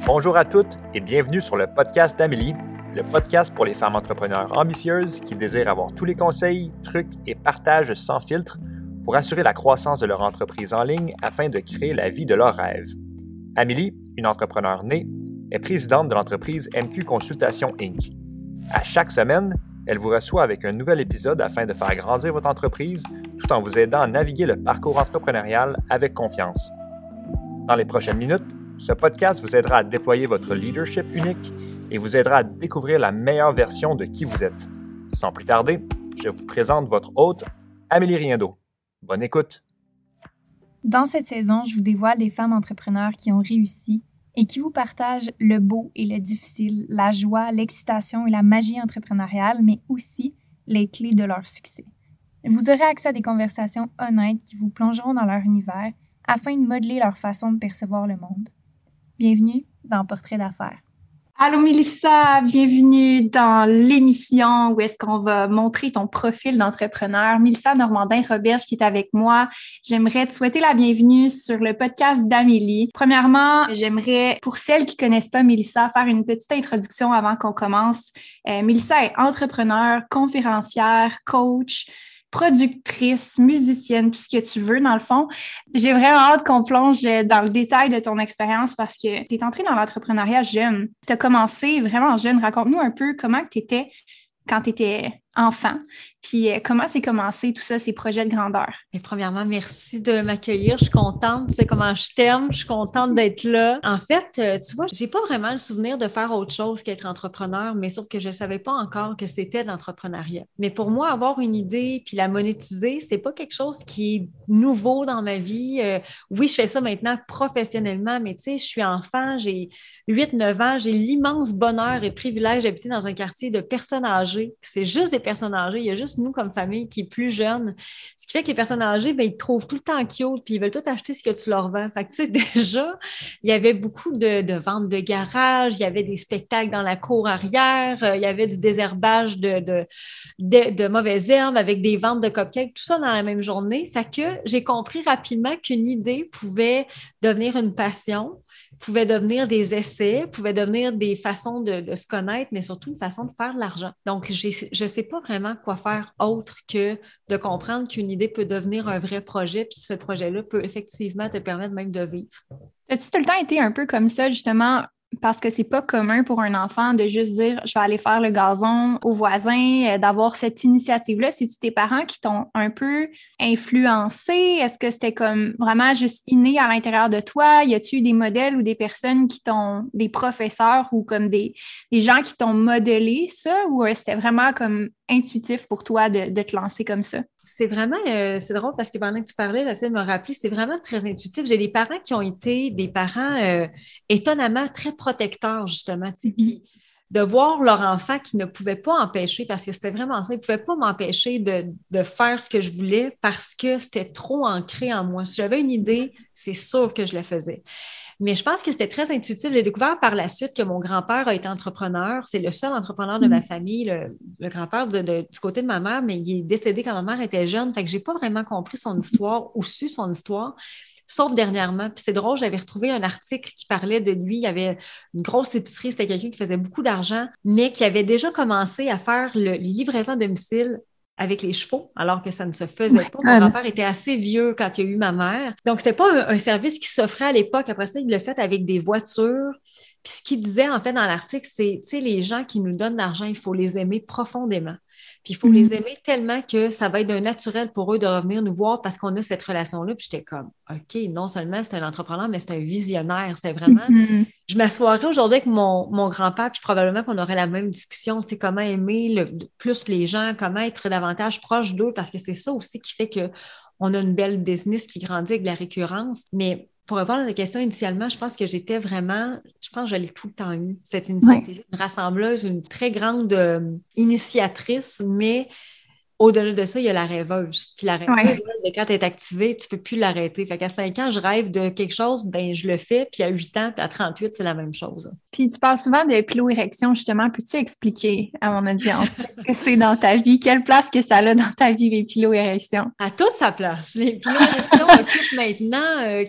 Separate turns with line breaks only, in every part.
Bonjour à toutes et bienvenue sur le podcast d'Amélie, le podcast pour les femmes entrepreneurs ambitieuses qui désirent avoir tous les conseils, trucs et partages sans filtre pour assurer la croissance de leur entreprise en ligne afin de créer la vie de leurs rêves. Amélie, une entrepreneure née, est présidente de l'entreprise MQ Consultation Inc. À chaque semaine, elle vous reçoit avec un nouvel épisode afin de faire grandir votre entreprise tout en vous aidant à naviguer le parcours entrepreneurial avec confiance. Dans les prochaines minutes, ce podcast vous aidera à déployer votre leadership unique et vous aidera à découvrir la meilleure version de qui vous êtes. Sans plus tarder, je vous présente votre hôte, Amélie Riendo. Bonne écoute!
Dans cette saison, je vous dévoile des femmes entrepreneurs qui ont réussi et qui vous partagent le beau et le difficile, la joie, l'excitation et la magie entrepreneuriale, mais aussi les clés de leur succès. Vous aurez accès à des conversations honnêtes qui vous plongeront dans leur univers afin de modeler leur façon de percevoir le monde. Bienvenue dans Portrait d'affaires.
Allô Mélissa, bienvenue dans l'émission où est-ce qu'on va montrer ton profil d'entrepreneur. Mélissa Normandin-Roberge qui est avec moi. J'aimerais te souhaiter la bienvenue sur le podcast d'Amélie. Premièrement, j'aimerais, pour celles qui connaissent pas Mélissa, faire une petite introduction avant qu'on commence. Mélissa est entrepreneur, conférencière, coach, productrice, musicienne, tout ce que tu veux dans le fond. J'ai vraiment hâte qu'on plonge dans le détail de ton expérience parce que tu es entrée dans l'entrepreneuriat jeune. Tu as commencé vraiment jeune. Raconte-nous un peu comment tu étais quand tu étais enfant, puis comment c'est commencé tout ça, ces projets de grandeur.
Et premièrement, merci de m'accueillir. Je suis contente. Tu sais comment je t'aime. Je suis contente d'être là. En fait, tu vois, j'ai pas vraiment le souvenir de faire autre chose qu'être entrepreneur, mais sauf que je savais pas encore que c'était de l'entrepreneuriat. Mais pour moi, avoir une idée puis la monétiser, c'est pas quelque chose qui est nouveau dans ma vie. Oui, je fais ça maintenant professionnellement, mais tu sais, je suis enfant, j'ai 8-9 ans, j'ai l'immense bonheur et privilège d'habiter dans un quartier de personnes âgées. C'est juste des personnes âgées. Il y a juste nous comme famille qui est plus jeune. Ce qui fait que les personnes âgées, ben, ils te trouvent tout le temps cute puis ils veulent tout acheter ce que tu leur vends. Fait que tu sais, déjà, il y avait beaucoup de ventes de garage, il y avait des spectacles dans la cour arrière, il y avait du désherbage de mauvaises herbes avec des ventes de cupcakes, tout ça dans la même journée. Fait que j'ai compris rapidement qu'une idée pouvait devenir une passion, pouvait devenir des essais, pouvait devenir des façons de se connaître, mais surtout une façon de faire de l'argent. Donc, je ne sais pas vraiment quoi faire autre que de comprendre qu'une idée peut devenir un vrai projet, puis ce projet-là peut effectivement te permettre même de vivre.
As-tu tout le temps été un peu comme ça, justement, parce que c'est pas commun pour un enfant de juste dire « je vais aller faire le gazon au voisin », d'avoir cette initiative-là? C'est-tu tes parents qui t'ont un peu influencé? Est-ce que c'était comme vraiment juste inné à l'intérieur de toi? Y a-tu eu des modèles ou des personnes qui t'ont, des professeurs ou comme des gens qui t'ont modelé ça? Ou c'était vraiment comme intuitif pour toi de te lancer comme ça?
C'est vraiment, c'est drôle parce que pendant que tu parlais, j'essaie de me rappeler, c'est vraiment très intuitif. J'ai des parents qui ont été des parents étonnamment très protecteurs, justement. Puis de voir leur enfant qui ne pouvait pas empêcher, parce que c'était vraiment ça, ils ne pouvaient pas m'empêcher de faire ce que je voulais parce que c'était trop ancré en moi. Si j'avais une idée, c'est sûr que je la faisais. Mais je pense que c'était très intuitif. J'ai découvert par la suite que mon grand-père a été entrepreneur. C'est le seul entrepreneur de ma famille, le grand-père du côté de ma mère, mais il est décédé quand ma mère était jeune. Fait que j'ai pas vraiment compris son histoire ou su son histoire, sauf dernièrement. Puis c'est drôle, j'avais retrouvé un article qui parlait de lui. Il y avait une grosse épicerie. C'était quelqu'un qui faisait beaucoup d'argent, mais qui avait déjà commencé à faire les livraisons à domicile avec les chevaux, alors que ça ne se faisait pas. Mon grand-père était assez vieux quand il y a eu ma mère. Donc, c'était pas un service qui s'offrait à l'époque. Après ça, il l'a fait avec des voitures. Puis ce qu'il disait, en fait, dans l'article, c'est, tu sais, les gens qui nous donnent de l'argent, il faut les aimer profondément. Puis il faut les aimer tellement que ça va être d'un naturel pour eux de revenir nous voir parce qu'on a cette relation-là. Puis j'étais comme, OK, non seulement c'est un entrepreneur, mais c'est un visionnaire. C'était vraiment... Je m'assoirais aujourd'hui avec mon grand-père, puis probablement qu'on aurait la même discussion, tu sais, comment aimer plus les gens, comment être davantage proche d'eux, parce que c'est ça aussi qui fait qu'on a une belle business qui grandit avec de la récurrence. Mais pour répondre à la question initialement, je pense que je pense que je l'ai tout le temps eu, cette initiative. Une rassembleuse, une très grande initiatrice, mais au-delà de ça, il y a la rêveuse. Puis la rêveuse, Mais quand tu es activé, tu peux plus l'arrêter. Fait qu'à 5 ans, je rêve de quelque chose, ben je le fais, puis à 8 ans, puis à 38, c'est la même chose.
Puis tu parles souvent de piloérection, justement. Peux-tu expliquer à mon audience qu'est-ce que c'est dans ta vie? Quelle place que ça a dans ta vie, les piloérections?
À toute sa place. Les piloérections occupent maintenant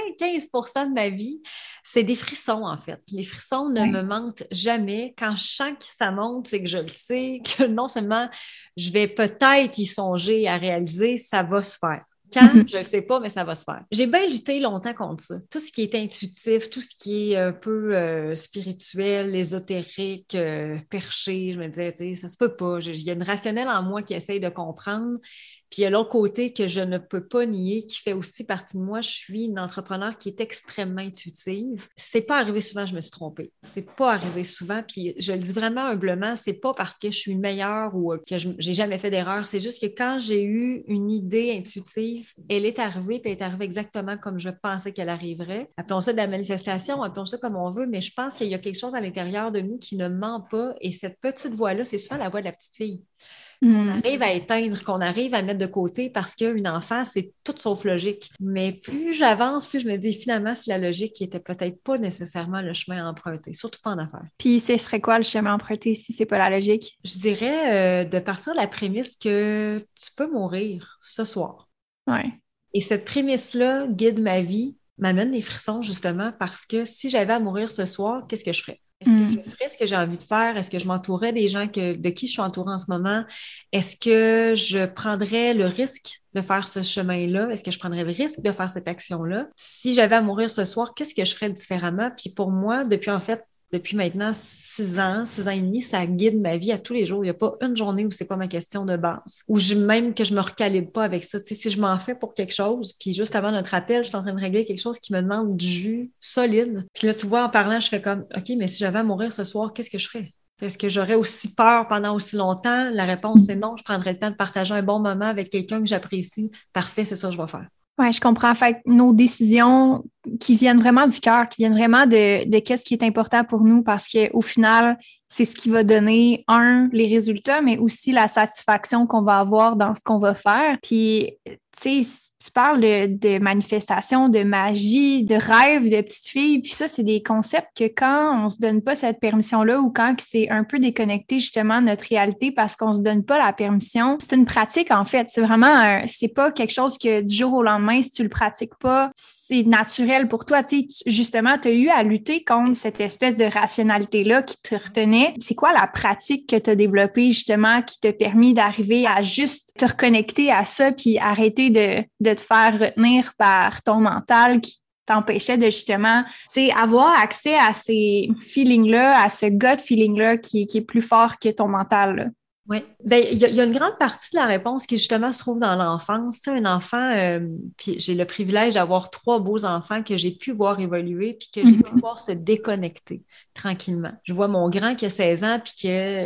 95% de ma vie. C'est des frissons, en fait. Les frissons ne me mentent jamais. Quand je sens que ça monte, c'est que je le sais, que non seulement je vais peut-être y songer à réaliser, ça va se faire. Quand, je ne sais pas, mais ça va se faire. J'ai bien lutté longtemps contre ça. Tout ce qui est intuitif, tout ce qui est un peu spirituel, ésotérique, perché, je me disais, tu sais, ça se peut pas. Il y a une rationnelle en moi qui essaye de comprendre. Puis il y a l'autre côté que je ne peux pas nier, qui fait aussi partie de moi. Je suis une entrepreneur qui est extrêmement intuitive. C'est pas arrivé souvent, je me suis trompée. C'est pas arrivé souvent. Puis je le dis vraiment humblement, c'est pas parce que je suis meilleure ou que j'ai jamais fait d'erreur. C'est juste que quand j'ai eu une idée intuitive, elle est arrivée, puis elle est arrivée exactement comme je pensais qu'elle arriverait. Appelons ça de la manifestation, appelons ça comme on veut, mais je pense qu'il y a quelque chose à l'intérieur de nous qui ne ment pas. Et cette petite voix-là, c'est souvent la voix de la petite fille. Qu'on arrive à éteindre, qu'on arrive à mettre de côté parce qu'une enfant, c'est tout sauf logique. Mais plus j'avance, plus je me dis finalement, c'est la logique qui était peut-être pas nécessairement le chemin à emprunter, surtout pas en affaires.
Puis ce serait quoi le chemin emprunté si c'est pas la logique?
Je dirais de partir de la prémisse que tu peux mourir ce soir.
Ouais.
Et cette prémisse-là guide ma vie, m'amène des frissons justement parce que si j'avais à mourir ce soir, qu'est-ce que je ferais? Est-ce que je ferais ce que j'ai envie de faire? Est-ce que je m'entourerais des gens de qui je suis entourée en ce moment? Est-ce que je prendrais le risque de faire ce chemin-là? Est-ce que je prendrais le risque de faire cette action-là? Si j'avais à mourir ce soir, qu'est-ce que je ferais différemment? Puis pour moi, depuis maintenant 6 ans et demi, ça guide ma vie à tous les jours. Il n'y a pas une journée où c'est pas ma question de base. Même que je me recalibre pas avec ça. Tu sais, si je m'en fais pour quelque chose, puis juste avant notre appel, je suis en train de régler quelque chose qui me demande du jus solide. Puis là, tu vois, en parlant, je fais comme, OK, mais si j'avais à mourir ce soir, qu'est-ce que je ferais? Est-ce que j'aurais aussi peur pendant aussi longtemps? La réponse, c'est non. Je prendrais le temps de partager un bon moment avec quelqu'un que j'apprécie. Parfait, c'est ça que je vais faire.
Oui, je comprends. Fait que nos décisions qui viennent vraiment du cœur, qui viennent vraiment de qu'est-ce qui est important pour nous, parce qu'au final, c'est ce qui va donner, les résultats, mais aussi la satisfaction qu'on va avoir dans ce qu'on va faire. Puis, tu sais, tu parles de manifestation, de magie, de rêve de petite fille, puis ça, c'est des concepts que quand on se donne pas cette permission-là ou quand c'est un peu déconnecté justement de notre réalité parce qu'on se donne pas la permission, c'est une pratique en fait. C'est vraiment, c'est pas quelque chose que du jour au lendemain, si tu le pratiques pas, c'est naturel pour toi. Tu sais, justement, tu as eu à lutter contre cette espèce de rationalité-là qui te retenait. C'est quoi la pratique que tu as développée justement qui t'a permis d'arriver à juste te reconnecter à ça puis arrêter de te faire retenir par ton mental qui t'empêchait de justement, tu sais, avoir accès à ces feelings-là, à ce gut feeling-là qui est plus fort que ton mental, là.
Oui. Ben, il y a une grande partie de la réponse qui, justement, se trouve dans l'enfance. Tu sais, un enfant, puis j'ai le privilège d'avoir 3 beaux enfants que j'ai pu voir évoluer puis que j'ai pu voir se déconnecter tranquillement. Je vois mon grand qui a 16 ans puis que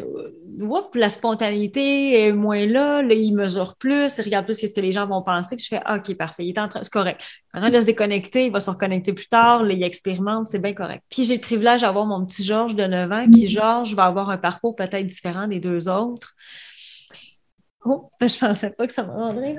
la spontanéité est moins là, il mesure plus, il regarde plus ce que les gens vont penser, que je fais OK, parfait, il est c'est correct. Il est en train de se déconnecter, il va se reconnecter plus tard, là, il expérimente, c'est bien correct. Puis j'ai le privilège d'avoir mon petit Georges de 9 ans qui, Georges, va avoir un parcours peut-être différent des 2 autres. Oh, je pensais pas que ça me rendrait.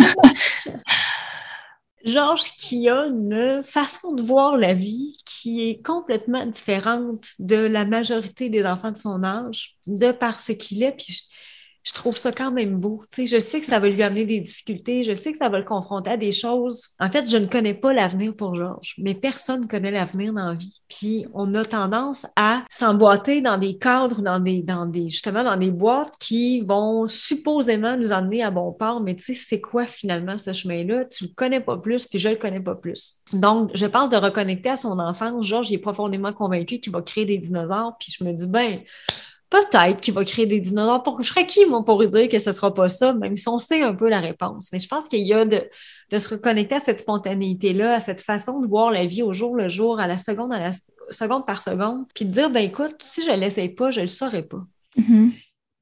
Georges qui a une façon de voir la vie qui est complètement différente de la majorité des enfants de son âge, de par ce qu'il est, puis je trouve ça quand même beau. Tu sais, je sais que ça va lui amener des difficultés, je sais que ça va le confronter à des choses. En fait, je ne connais pas l'avenir pour Georges, mais personne ne connaît l'avenir dans la vie. Puis on a tendance à s'emboîter dans des cadres, justement dans des boîtes qui vont supposément nous emmener à bon port, mais tu sais, c'est quoi finalement ce chemin-là? Tu le connais pas plus, puis je le connais pas plus. Donc, je pense de reconnecter à son enfance. Georges, il est profondément convaincu qu'il va créer des dinosaures, puis je me dis, peut-être qu'il va créer des dinosaures. Je serais qui, moi, pour dire que ce ne sera pas ça, même si on sait un peu la réponse. Mais je pense qu'il y a de se reconnecter à cette spontanéité-là, à cette façon de voir la vie au jour le jour, à la seconde par seconde, puis de dire, écoute, si je ne l'essaye pas, je ne le saurais pas.
Mm-hmm.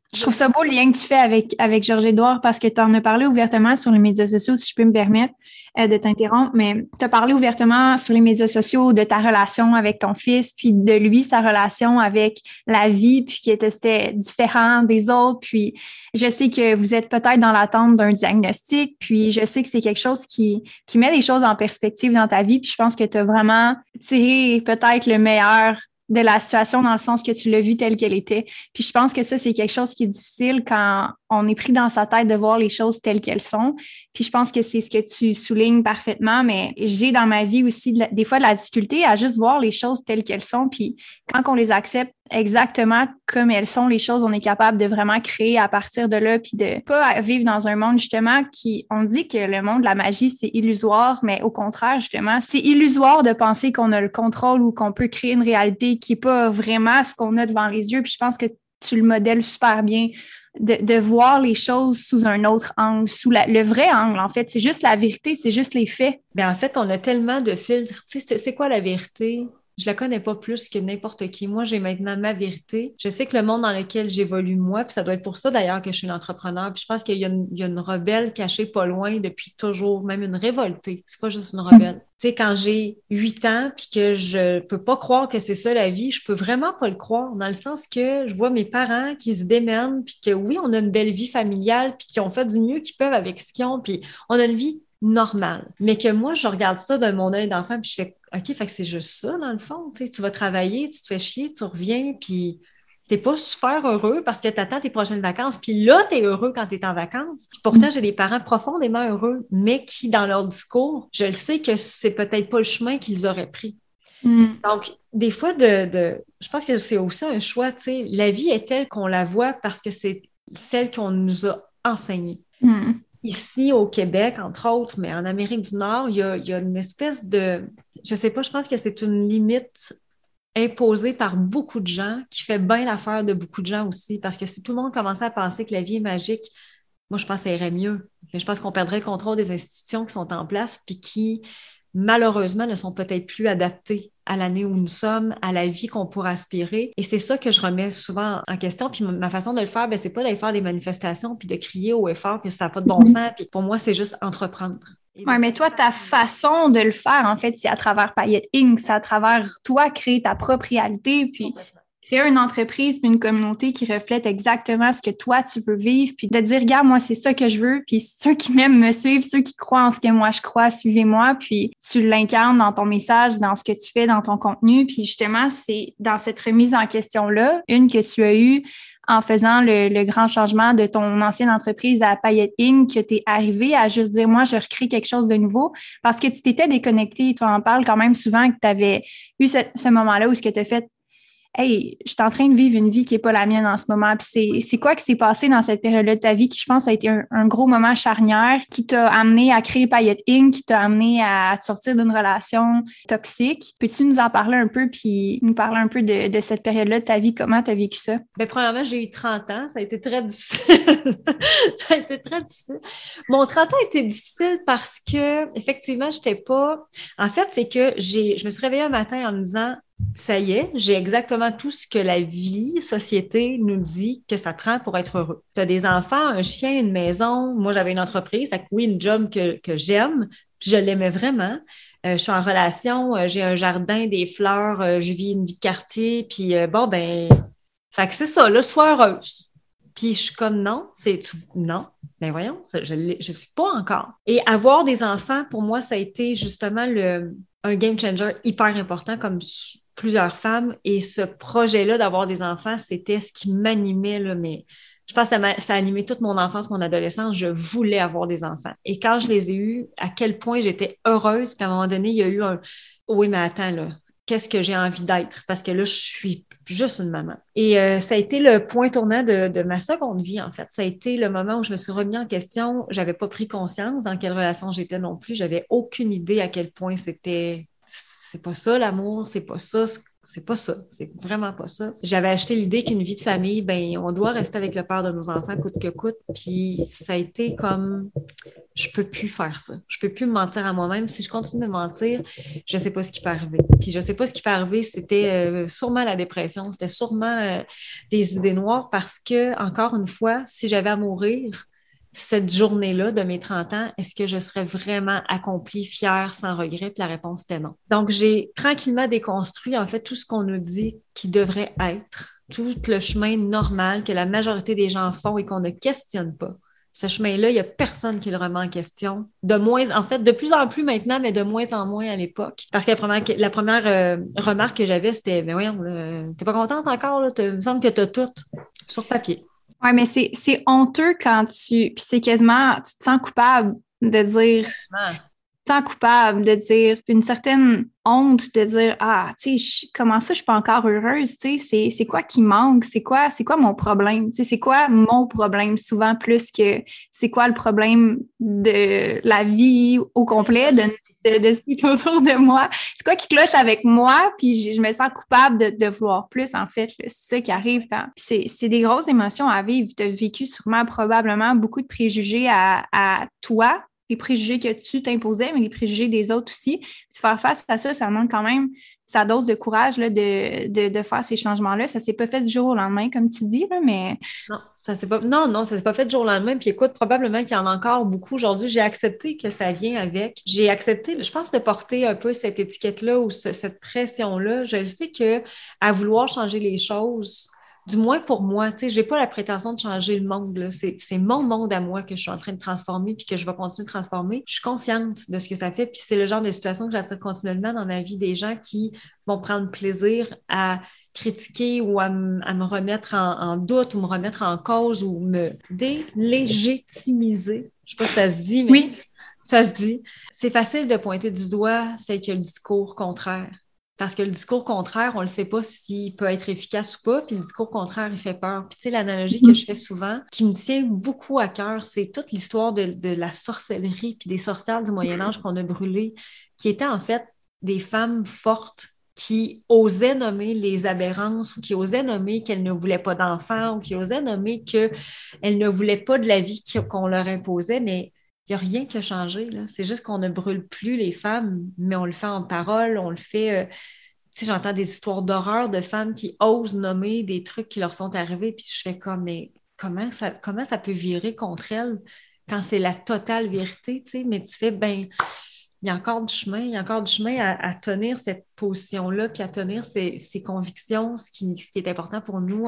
Je trouve ça beau le lien que tu fais avec Georges-Édouard parce que tu en as parlé ouvertement sur les médias sociaux, si je peux me permettre de t'interrompre, mais tu as parlé ouvertement sur les médias sociaux de ta relation avec ton fils, puis de lui, sa relation avec la vie, puis que c'était différent des autres. Puis je sais que vous êtes peut-être dans l'attente d'un diagnostic, puis je sais que c'est quelque chose qui met des choses en perspective dans ta vie, puis je pense que tu as vraiment tiré peut-être le meilleur de la situation dans le sens que tu l'as vue telle qu'elle était. Puis je pense que ça, c'est quelque chose qui est difficile quand on est pris dans sa tête de voir les choses telles qu'elles sont. Puis je pense que c'est ce que tu soulignes parfaitement, mais j'ai dans ma vie aussi des fois de la difficulté à juste voir les choses telles qu'elles sont. Puis quand on les accepte exactement comme elles sont, les choses, on est capable de vraiment créer à partir de là, puis de pas vivre dans un monde justement on dit que le monde de la magie, c'est illusoire, mais au contraire, justement, c'est illusoire de penser qu'on a le contrôle ou qu'on peut créer une réalité qui n'est pas vraiment ce qu'on a devant les yeux. Puis je pense que tu le modèles super bien, de voir les choses sous un autre angle, sous le vrai angle, en fait. C'est juste la vérité, c'est juste les faits.
Bien, en fait, on a tellement de filtres. Tu sais, c'est quoi la vérité? Je la connais pas plus que n'importe qui. Moi, j'ai maintenant ma vérité. Je sais que le monde dans lequel j'évolue moi, puis ça doit être pour ça d'ailleurs que je suis une entrepreneur. Puis je pense qu'il y a une rebelle cachée pas loin depuis toujours, même une révoltée. C'est pas juste une rebelle. Tu sais, quand j'ai 8 ans, puis que je peux pas croire que c'est ça la vie, je peux vraiment pas le croire, dans le sens que je vois mes parents qui se démènent, puis que oui, on a une belle vie familiale, puis qui ont fait du mieux qu'ils peuvent avec ce qu'ils ont, puis on a une vie normale. Mais que moi, je regarde ça de mon œil d'enfant, puis je fais OK, fait que c'est juste ça, dans le fond. Tu sais, tu vas travailler, tu te fais chier, tu reviens, puis t'es pas super heureux parce que t'attends tes prochaines vacances. Puis là, t'es heureux quand t'es en vacances. Puis pourtant, j'ai des parents profondément heureux, mais qui, dans leur discours, je le sais que c'est peut-être pas le chemin qu'ils auraient pris. Donc, des fois, je pense que c'est aussi un choix, tu sais. La vie est telle qu'on la voit parce que c'est celle qu'on nous a enseignée. Ici, au Québec, entre autres, mais en Amérique du Nord, il y a une espèce de... Je sais pas, je pense que c'est une limite imposée par beaucoup de gens qui fait bien l'affaire de beaucoup de gens aussi. Parce que si tout le monde commençait à penser que la vie est magique, moi, je pense que ça irait mieux. Mais je pense qu'on perdrait le contrôle des institutions qui sont en place puis qui, malheureusement, ne sont peut-être plus adaptées à l'année où nous sommes, à la vie qu'on pourrait aspirer. Et c'est ça que je remets souvent en question. Puis ma façon de le faire, c'est pas d'aller faire des manifestations puis de crier haut et fort que ça n'a pas de bon sens. Puis pour moi, c'est juste entreprendre.
Oui, mais toi, ta façon de le faire, en fait, c'est à travers Paillettes Inc., c'est à travers toi créer ta propre réalité, puis créer une entreprise puis une communauté qui reflète exactement ce que toi, tu veux vivre, puis de dire, regarde, moi, c'est ça que je veux, puis ceux qui m'aiment me suivent, ceux qui croient en ce que moi, je crois, suivez-moi, puis tu l'incarnes dans ton message, dans ce que tu fais, dans ton contenu, puis justement, c'est dans cette remise en question-là, une que tu as eue en faisant le grand changement de ton ancienne entreprise à Paillettes Inc., que tu es arrivé à juste dire, moi, je recrée quelque chose de nouveau, parce que tu t'étais déconnecté, tu en parles quand même souvent, que tu avais eu ce moment-là où ce que tu as fait, hey, je suis en train de vivre une vie qui n'est pas la mienne en ce moment. Puis c'est quoi qui s'est passé dans cette période-là de ta vie qui, je pense, a été un gros moment charnière qui t'a amené à créer Paillettes Inc., qui t'a amené à te sortir d'une relation toxique. Peux-tu nous en parler un peu puis nous parler un peu de cette période-là de ta vie? Comment tu as vécu ça?
Bien, premièrement, j'ai eu 30 ans. Ça a été très difficile. Ça a été très difficile. Mon 30 ans a été difficile parce que, effectivement, j'étais pas... En fait, c'est que je me suis réveillée un matin en me disant, ça y est, j'ai exactement tout ce que la vie, société nous dit que ça prend pour être heureux. Tu as des enfants, un chien, une maison. Moi, j'avais une entreprise. Fait que oui, une job que j'aime. Puis je l'aimais vraiment. Je suis en relation, j'ai un jardin, des fleurs, je vis une vie de quartier. Puis fait que c'est ça, là, sois heureuse. Puis je suis comme non, ben voyons, je suis pas encore. Et avoir des enfants, pour moi, ça a été justement un game changer hyper important comme plusieurs femmes. Et ce projet-là d'avoir des enfants, c'était ce qui m'animait, là, mais je pense que ça a animé toute mon enfance, mon adolescence. Je voulais avoir des enfants. Et quand je les ai eus, à quel point j'étais heureuse. Puis à un moment donné, il y a eu oui, mais attends, là, qu'est-ce que j'ai envie d'être? Parce que là, je suis juste une maman. Et ça a été le point tournant de ma seconde vie, en fait. Ça a été le moment où je me suis remis en question. J'avais pas pris conscience dans quelle relation j'étais non plus. J'avais aucune idée à quel point c'est pas ça l'amour, c'est pas ça, c'est vraiment pas ça. J'avais acheté l'idée qu'une vie de famille, on doit rester avec le père de nos enfants coûte que coûte. Puis ça a été comme, je peux plus faire ça. Je peux plus me mentir à moi-même. Si je continue de me mentir, je sais pas ce qui peut arriver. Puis je sais pas ce qui peut arriver, c'était sûrement la dépression, c'était sûrement des idées noires parce que, encore une fois, si j'avais à mourir cette journée-là de mes 30 ans, est-ce que je serais vraiment accomplie, fière, sans regret? Puis la réponse était non. Donc, j'ai tranquillement déconstruit, en fait, tout ce qu'on nous dit qui devrait être, tout le chemin normal que la majorité des gens font et qu'on ne questionne pas. Ce chemin-là, il n'y a personne qui le remet en question. En fait, de plus en plus maintenant, mais de moins en moins à l'époque. Parce que la première remarque que j'avais, c'était, mais voyons, t'es pas contente encore, là? Il me semble que t'as tout sur papier.
Ouais, mais c'est honteux quand puis c'est quasiment, tu te sens coupable de dire, puis une certaine honte de dire, ah, tu sais, comment ça, je suis pas encore heureuse, tu sais, c'est quoi qui manque, c'est quoi mon problème, tu sais, c'est quoi mon problème, souvent plus que c'est quoi le problème de la vie au complet, de ce qui est autour de moi. C'est quoi qui cloche avec moi, puis je me sens coupable de vouloir plus, en fait. Là. C'est ça qui arrive quand... Puis c'est des grosses émotions à vivre. Tu as vécu sûrement, probablement, beaucoup de préjugés à toi, les préjugés que tu t'imposais, mais les préjugés des autres aussi. Puis faire face à ça, ça demande quand même sa dose de courage là, de faire ces changements-là. Ça s'est pas fait du jour au lendemain, comme tu dis, là, mais...
Ça s'est pas fait du jour au lendemain. Puis écoute, probablement qu'il y en a encore beaucoup aujourd'hui. J'ai accepté que ça vient avec. J'ai accepté, je pense, de porter un peu cette étiquette-là ou cette pression-là. Je sais que à vouloir changer les choses, du moins pour moi, tu sais, j'ai pas la prétention de changer le monde, là. C'est mon monde à moi que je suis en train de transformer puis que je vais continuer de transformer. Je suis consciente de ce que ça fait. Puis c'est le genre de situation que j'attire continuellement dans ma vie, des gens qui vont prendre plaisir à critiquer ou à me remettre en doute ou me remettre en cause ou me délégitimiser. Je sais pas si ça se dit, mais
oui.
Ça se dit. C'est facile de pointer du doigt celle qui a le discours contraire. Parce que le discours contraire, on ne le sait pas s'il peut être efficace ou pas, puis le discours contraire, il fait peur. Puis tu sais, l'analogie que je fais souvent, qui me tient beaucoup à cœur, c'est toute l'histoire de la sorcellerie puis des sorcières du Moyen-Âge qu'on a brûlées, qui étaient en fait des femmes fortes qui osaient nommer les aberrances ou qui osaient nommer qu'elles ne voulaient pas d'enfants ou qui osaient nommer qu'elles ne voulaient pas de la vie qu'on leur imposait, mais il n'y a rien qui a changé, là. C'est juste qu'on ne brûle plus les femmes, mais on le fait en parole, on le fait... tu sais, j'entends des histoires d'horreur de femmes qui osent nommer des trucs qui leur sont arrivés, puis je fais comme, mais comment ça peut virer contre elles quand c'est la totale vérité, tu sais? Mais tu fais, ben, il y a encore du chemin à tenir cette position-là, puis à tenir ces convictions, ce qui est important pour nous,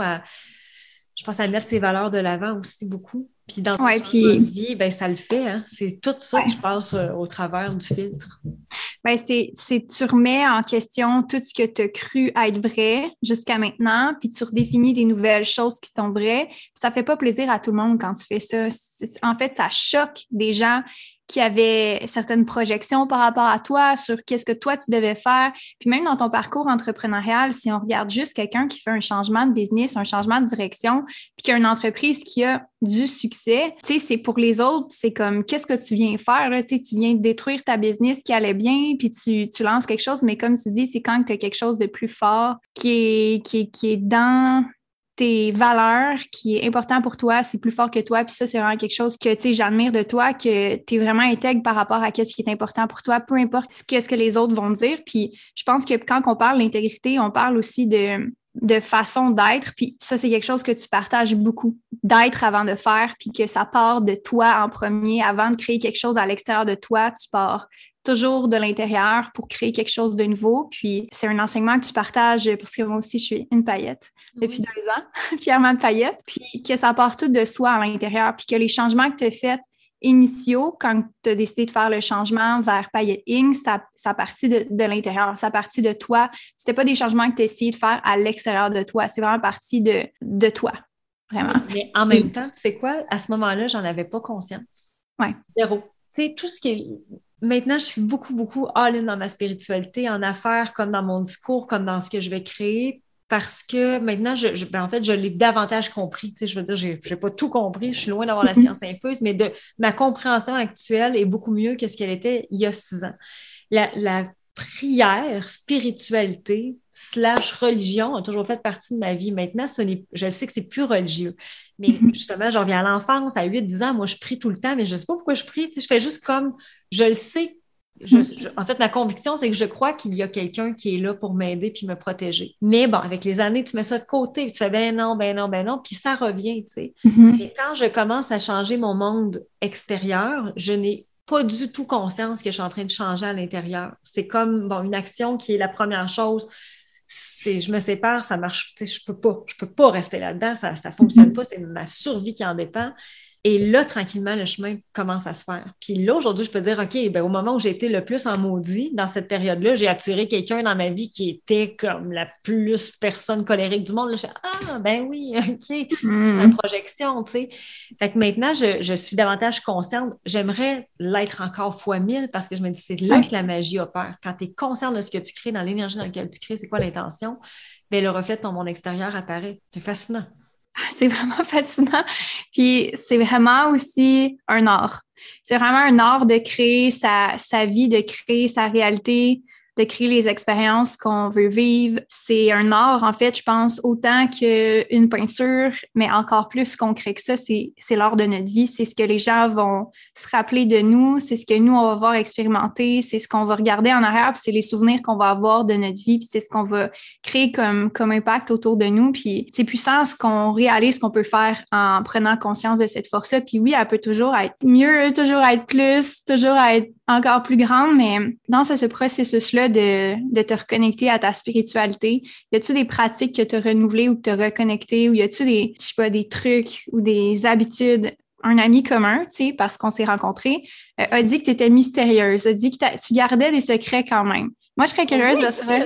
je pense à mettre ces valeurs de l'avant aussi beaucoup. Puis dans notre vie, ben, ça le fait. Hein? C'est tout ça qui passe au travers du filtre.
Ben, tu remets en question tout ce que tu as cru être vrai jusqu'à maintenant, puis tu redéfinis des nouvelles choses qui sont vraies. Puis ça fait pas plaisir à tout le monde quand tu fais ça. En fait, ça choque des gens qui avaient certaines projections par rapport à toi sur qu'est-ce que toi, tu devais faire. Puis même dans ton parcours entrepreneurial, si on regarde juste quelqu'un qui fait un changement de business, un changement de direction, puis qui a une entreprise qui a du succès, tu sais, c'est pour les autres, c'est comme, qu'est-ce que tu viens faire, là? Tu sais, tu viens détruire ta business qui allait bien, puis tu lances quelque chose, mais comme tu dis, c'est quand tu as quelque chose de plus fort qui est dans tes valeurs, qui est important pour toi, c'est plus fort que toi, puis ça, c'est vraiment quelque chose que, tu sais, j'admire de toi, que tu es vraiment intègre par rapport à ce qui est important pour toi, peu importe ce que les autres vont dire. Puis je pense que quand on parle d'intégrité, on parle aussi de façon d'être, puis ça, c'est quelque chose que tu partages beaucoup, d'être avant de faire, puis que ça part de toi en premier, avant de créer quelque chose à l'extérieur de toi, tu pars toujours de l'intérieur pour créer quelque chose de nouveau. Puis c'est un enseignement que tu partages, parce que moi aussi, je suis une paillette depuis 2 ans, fièrement de paillette, puis que ça part tout de soi à l'intérieur, puis que les changements que tu as faits initiaux, quand tu as décidé de faire le changement vers Paillette Inc., ça partit de l'intérieur, ça partit de toi. C'était pas des changements que tu as essayé de faire à l'extérieur de toi, c'est vraiment parti de toi, vraiment.
Mais en même temps, tu sais quoi? À ce moment-là, j'en avais pas conscience.
Ouais.
Zéro. Tu sais, tout ce qui est... Maintenant, je suis beaucoup, beaucoup all-in dans ma spiritualité, en affaires, comme dans mon discours, comme dans ce que je vais créer, parce que maintenant, en fait, je l'ai davantage compris. Tu sais, je veux dire, j'ai pas tout compris, je suis loin d'avoir la science infuse, mais ma compréhension actuelle est beaucoup mieux que ce qu'elle était il y a 6 ans. La prière, spiritualité, religion a toujours fait partie de ma vie. Maintenant, je sais que c'est plus religieux. Mais justement, je reviens à l'enfance, à 8-10 ans, moi, je prie tout le temps, mais je ne sais pas pourquoi je prie. Tu sais, je fais juste comme, je le sais. En fait, ma conviction, c'est que je crois qu'il y a quelqu'un qui est là pour m'aider puis me protéger. Mais bon, avec les années, tu mets ça de côté, puis tu fais ben non, ben non, ben non, puis ça revient, tu sais. Et quand je commence à changer mon monde extérieur, je n'ai pas du tout conscience que je suis en train de changer à l'intérieur. C'est comme, bon, une action qui est la première chose. Je me sépare, ça marche, tu sais, je peux pas rester là-dedans, ça fonctionne pas, c'est ma survie qui en dépend. Et là, tranquillement, le chemin commence à se faire. Puis là, aujourd'hui, je peux dire, OK, ben, au moment où j'ai été le plus en maudit, dans cette période-là, j'ai attiré quelqu'un dans ma vie qui était comme la plus personne colérique du monde. Là, je fais, ah, ben oui, OK, c'est ma projection, tu sais. Fait que maintenant, je suis davantage consciente. J'aimerais l'être encore fois 1000 parce que je me dis, c'est là que la magie opère. Quand tu es consciente de ce que tu crées, dans l'énergie dans laquelle tu crées, c'est quoi l'intention, bien, le reflet de ton monde extérieur apparaît. C'est fascinant.
C'est vraiment fascinant. Puis c'est vraiment aussi un art. C'est vraiment un art de créer sa vie, de créer sa réalité, de créer les expériences qu'on veut vivre. C'est un art, en fait, je pense, autant qu'une peinture, mais encore plus concret que ça, c'est l'art de notre vie. C'est ce que les gens vont se rappeler de nous, c'est ce que nous, on va voir expérimenter, c'est ce qu'on va regarder en arrière, puis c'est les souvenirs qu'on va avoir de notre vie, puis c'est ce qu'on va créer comme impact autour de nous. Puis c'est puissant ce qu'on réalise qu'on peut faire en prenant conscience de cette force-là. Puis oui, elle peut toujours être mieux, toujours être plus, toujours être encore plus grande, mais dans ce processus-là de te reconnecter à ta spiritualité, y a-tu des pratiques que tu as renouvelées ou que tu as reconnectées, ou y a-tu des trucs ou des habitudes? Un ami commun, tu sais, parce qu'on s'est rencontrés, a dit que tu étais mystérieuse, a dit que tu gardais des secrets quand même. Moi, je serais curieuse de savoir.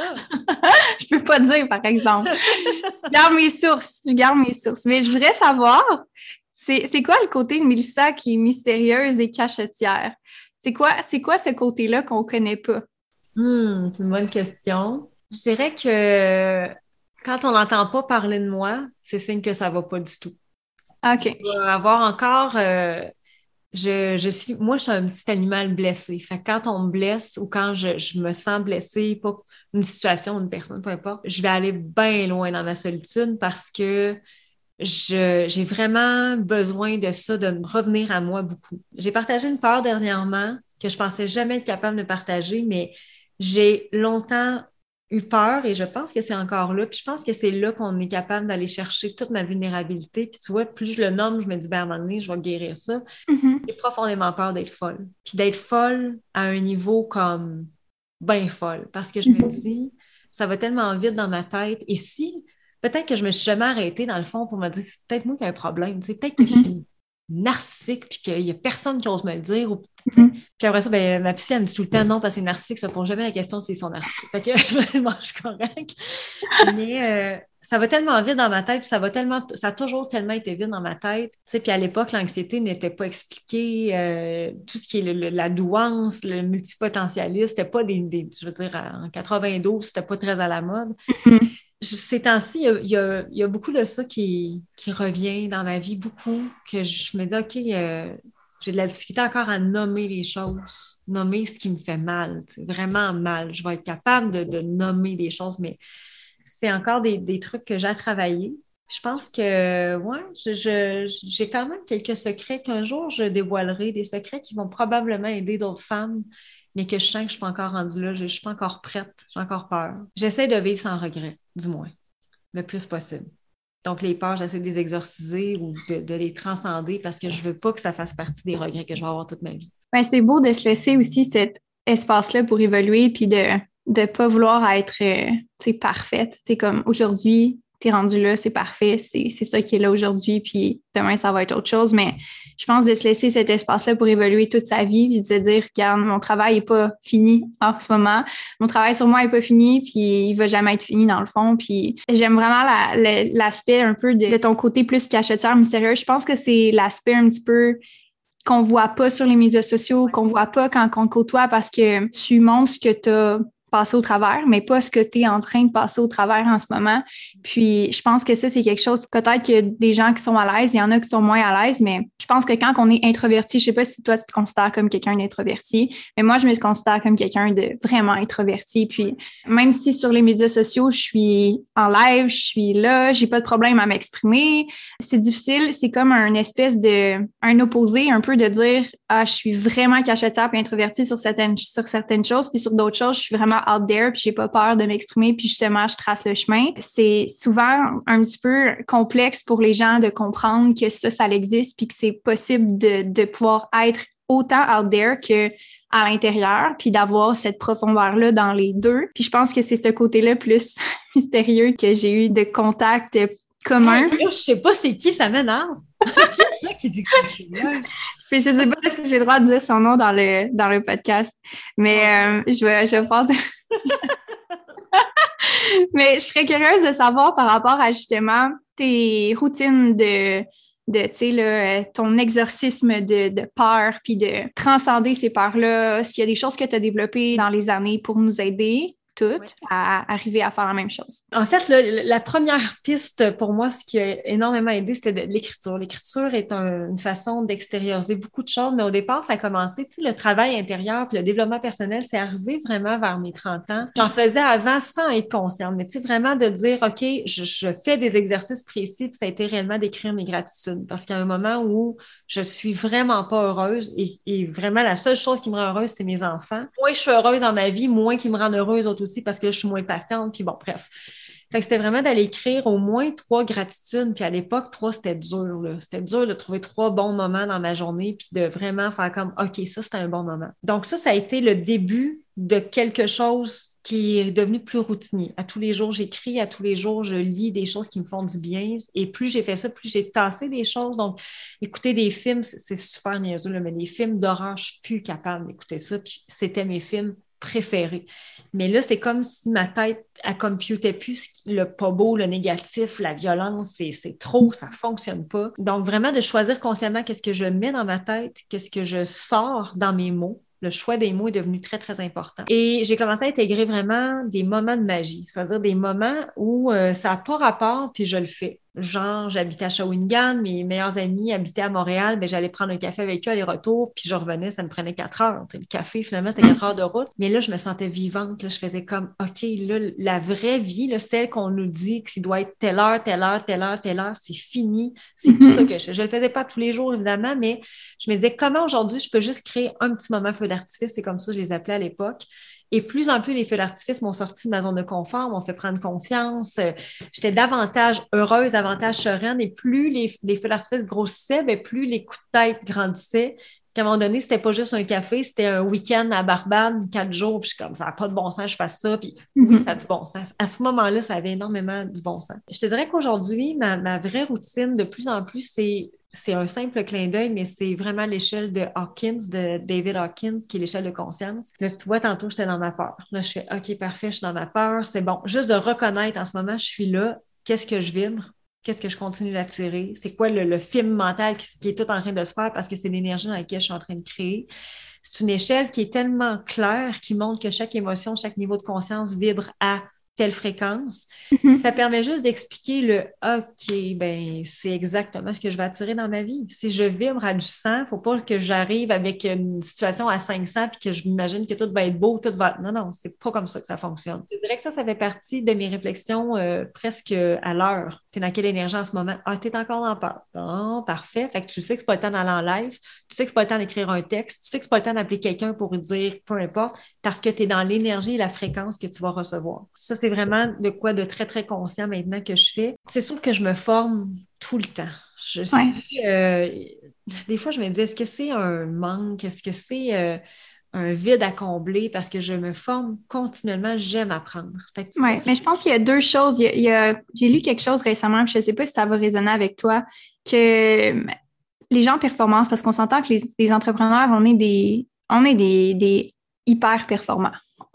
Je peux pas dire, par exemple. Je garde mes sources. Mais je voudrais savoir, c'est quoi le côté de Mélissa qui est mystérieuse et cachetière? C'est quoi ce côté-là qu'on connaît pas?
C'est une bonne question. Je dirais que quand on n'entend pas parler de moi, c'est signe que ça va pas du tout.
OK.
Je vais avoir encore... je suis un petit animal blessé. Fait que quand on me blesse ou quand je me sens blessée, pas une situation, une personne, peu importe, je vais aller bien loin dans ma solitude parce que j'ai vraiment besoin de ça, de me revenir à moi beaucoup. J'ai partagé une peur dernièrement que je pensais jamais être capable de partager, mais j'ai longtemps eu peur et je pense que c'est encore là. Puis je pense que c'est là qu'on est capable d'aller chercher toute ma vulnérabilité. Puis tu vois, plus je le nomme, je me dis, ben, à un moment donné, je vais guérir ça. J'ai profondément peur d'être folle. Puis d'être folle à un niveau comme bien folle. Parce que je me dis, ça va tellement vite dans ma tête. Et si, peut-être que je me suis jamais arrêtée dans le fond pour me dire, c'est peut-être moi qui ai un problème. Tu sais, peut-être que je suis narcissique puis qu'il y a personne qui ose me le dire. Puis après ça, ben, ma psy, elle me dit tout le temps non, parce que c'est narcissique, ça ne pose jamais la question si ils sont narcissiques. Fait que je suis correcte. Mais ça va tellement vite dans ma tête, puis ça a toujours tellement été vite dans ma tête. Tu sais, puis à l'époque, l'anxiété n'était pas expliquée. Tout ce qui est la douance, le multipotentialisme, c'était pas je veux dire, en 92, c'était pas très à la mode. Ces temps-ci, il y a beaucoup de ça qui revient dans ma vie, beaucoup, que je me dis, OK, j'ai de la difficulté encore à nommer les choses, nommer ce qui me fait mal, vraiment mal. Je vais être capable de nommer les choses, mais c'est encore des trucs que j'ai à travailler. Je pense que, ouais, j'ai quand même quelques secrets qu'un jour je dévoilerai, des secrets qui vont probablement aider d'autres femmes, mais que je sens que je ne suis pas encore rendue là, je ne suis pas encore prête, j'ai encore peur. J'essaie de vivre sans regret, du moins, le plus possible. Donc, les peurs, j'essaie de les exorciser ou de les transcender parce que je ne veux pas que ça fasse partie des regrets que je vais avoir toute ma vie.
Ben, c'est beau de se laisser aussi cet espace-là pour évoluer puis de ne pas vouloir être parfaite. C'est comme aujourd'hui, t'es rendu là, c'est parfait, c'est ça qui est là aujourd'hui, puis demain, ça va être autre chose. Mais je pense de se laisser cet espace-là pour évoluer toute sa vie, puis de se dire, regarde, mon travail n'est pas fini en ce moment, mon travail sur moi n'est pas fini, puis il va jamais être fini dans le fond. Puis j'aime vraiment l'aspect un peu de ton côté plus cachetière, mystérieux. Je pense que c'est l'aspect un petit peu qu'on voit pas sur les médias sociaux, qu'on voit pas quand on te côtoie parce que tu montres ce que tu as passer au travers, mais pas ce que tu es en train de passer au travers en ce moment. Puis, je pense que ça, c'est quelque chose, peut-être qu'il y a des gens qui sont à l'aise, il y en a qui sont moins à l'aise, mais je pense que quand on est introverti, je sais pas si toi, tu te considères comme quelqu'un d'introverti, mais moi, je me considère comme quelqu'un de vraiment introverti. Puis, même si sur les médias sociaux, je suis en live, je suis là, j'ai pas de problème à m'exprimer, c'est difficile, c'est comme un opposé un peu de dire « Ah, je suis vraiment cachetière et introvertie sur certaines choses, puis sur d'autres choses, je suis vraiment out there, puis j'ai pas peur de m'exprimer, puis justement, je trace le chemin. » C'est souvent un petit peu complexe pour les gens de comprendre que ça existe, puis que c'est possible de pouvoir être autant out there que à l'intérieur, puis d'avoir cette profondeur-là dans les deux. Puis je pense que c'est ce côté-là plus mystérieux que j'ai eu de contact commun.
Hey, je sais pas c'est qui, ça m'énerve. C'est ça qui dit que c'est mystérieuse.
Puis je sais pas si j'ai le droit de dire son nom dans le podcast, mais je vais faire... Mais je serais curieuse de savoir par rapport à justement tes routines tu sais, là, ton exorcisme de peur, puis de transcender ces peurs-là, s'il y a des choses que tu as développées dans les années pour nous aider toutes à arriver à faire la même chose.
En fait, la première piste pour moi, ce qui a énormément aidé, c'était de l'écriture. L'écriture est une façon d'extérioriser beaucoup de choses, mais au départ, ça a commencé, tu sais, le travail intérieur puis le développement personnel, c'est arrivé vraiment vers mes 30 ans. J'en faisais avant sans être consciente, mais tu sais, vraiment de dire, OK, je fais des exercices précis, puis ça a été réellement d'écrire mes gratitudes. Parce qu'il y a un moment où je suis vraiment pas heureuse et vraiment la seule chose qui me rend heureuse, c'est mes enfants. Moins je suis heureuse dans ma vie, moins qui me rendent heureuse aussi parce que je suis moins patiente, puis bon, bref. Fait que c'était vraiment d'aller écrire au moins 3 gratitudes, puis à l'époque, 3, c'était dur, là. C'était dur de trouver 3 bons moments dans ma journée, puis de vraiment faire comme, OK, ça, c'était un bon moment. Donc ça a été le début de quelque chose qui est devenu plus routinier. À tous les jours, j'écris, à tous les jours, je lis des choses qui me font du bien, et plus j'ai fait ça, plus j'ai tassé des choses. Donc, écouter des films, c'est super niaiseux, là, mais les films d'horreur, je suis plus capable d'écouter ça, puis c'était mes films préférés. Mais là, c'est comme si ma tête, elle computait plus le pas beau, le négatif, la violence, c'est trop, ça fonctionne pas. Donc, vraiment de choisir consciemment qu'est-ce que je mets dans ma tête, qu'est-ce que je sors dans mes mots. Le choix des mots est devenu très, très important. Et j'ai commencé à intégrer vraiment des moments de magie, c'est-à-dire des moments où ça n'a pas rapport, puis je le fais. Genre, j'habitais à Shawinigan, mes meilleurs amis habitaient à Montréal, mais j'allais prendre un café avec eux aller-retour, puis je revenais, ça me prenait 4 heures. Le café, finalement, c'était 4 heures de route. Mais là, je me sentais vivante. Là, je faisais comme, OK, là, la vraie vie, là, celle qu'on nous dit que doit être telle heure, telle heure, telle heure, telle heure, c'est fini. C'est tout ça que je le faisais pas tous les jours, évidemment, mais je me disais, comment aujourd'hui, je peux juste créer un petit moment feu d'artifice? C'est comme ça que je les appelais à l'époque. Et plus en plus, les feux d'artifice m'ont sorti de ma zone de confort, m'ont fait prendre confiance. J'étais davantage heureuse, davantage sereine. Et plus les feux d'artifice grossissaient, bien, plus les coups de tête grandissaient. Puis à un moment donné, c'était pas juste un café, c'était un week-end à Barbade, 4 jours. Puis je suis comme, ça n'a pas de bon sens, je fasse ça. Puis oui, ça a du bon sens. À ce moment-là, ça avait énormément du bon sens. Je te dirais qu'aujourd'hui, ma vraie routine, de plus en plus, c'est un simple clin d'œil, mais c'est vraiment l'échelle de Hawkins, de David Hawkins, qui est l'échelle de conscience. Là, tu vois, tantôt, j'étais dans ma peur. Là, je fais, OK, parfait, je suis dans ma peur. C'est bon. Juste de reconnaître en ce moment, je suis là. Qu'est-ce que je vibre? Qu'est-ce que je continue d'attirer? C'est quoi le film mental qui est tout en train de se faire parce que c'est l'énergie dans laquelle je suis en train de créer. C'est une échelle qui est tellement claire, qui montre que chaque émotion, chaque niveau de conscience vibre à telle fréquence. Ça permet juste d'expliquer le OK, ben c'est exactement ce que je vais attirer dans ma vie. Si je vibre à du 100, il ne faut pas que j'arrive avec une situation à 500 puis que je m'imagine que tout va être beau, tout va... Non, c'est pas comme ça que ça fonctionne. Je dirais que ça fait partie de mes réflexions presque à l'heure. Tu es dans quelle énergie en ce moment? Ah, tu es encore dans peur. Bon, parfait. Fait que tu sais que c'est pas le temps d'aller en live, tu sais que c'est pas le temps d'écrire un texte, tu sais que c'est pas le temps d'appeler quelqu'un pour lui dire peu importe, parce que tu es dans l'énergie et la fréquence que tu vas recevoir. Ça, c'est vraiment de quoi de très, très conscient maintenant que je fais. C'est sûr que je me forme tout le temps. Je suis, des fois, je me dis, est-ce que c'est un manque? Est-ce que c'est un vide à combler? Parce que je me forme continuellement, j'aime apprendre.
Oui, mais je pense qu'il y a 2 choses. J'ai lu quelque chose récemment, puis je ne sais pas si ça va résonner avec toi, que les gens en performance, parce qu'on s'entend que les entrepreneurs, on est des hyper performants.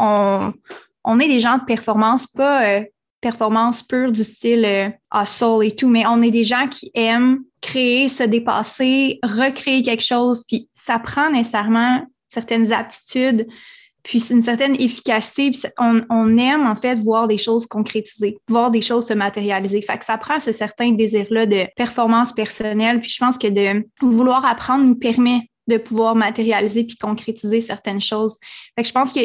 On est des gens de performance, pas performance pure du style hustle et tout, mais on est des gens qui aiment créer, se dépasser, recréer quelque chose, puis ça prend nécessairement certaines aptitudes, puis c'est une certaine efficacité. Puis on aime, en fait, voir des choses concrétisées, voir des choses se matérialiser. Fait que ça prend ce certain désir-là de performance personnelle. Puis je pense que de vouloir apprendre nous permet de pouvoir matérialiser puis concrétiser certaines choses. Fait que je pense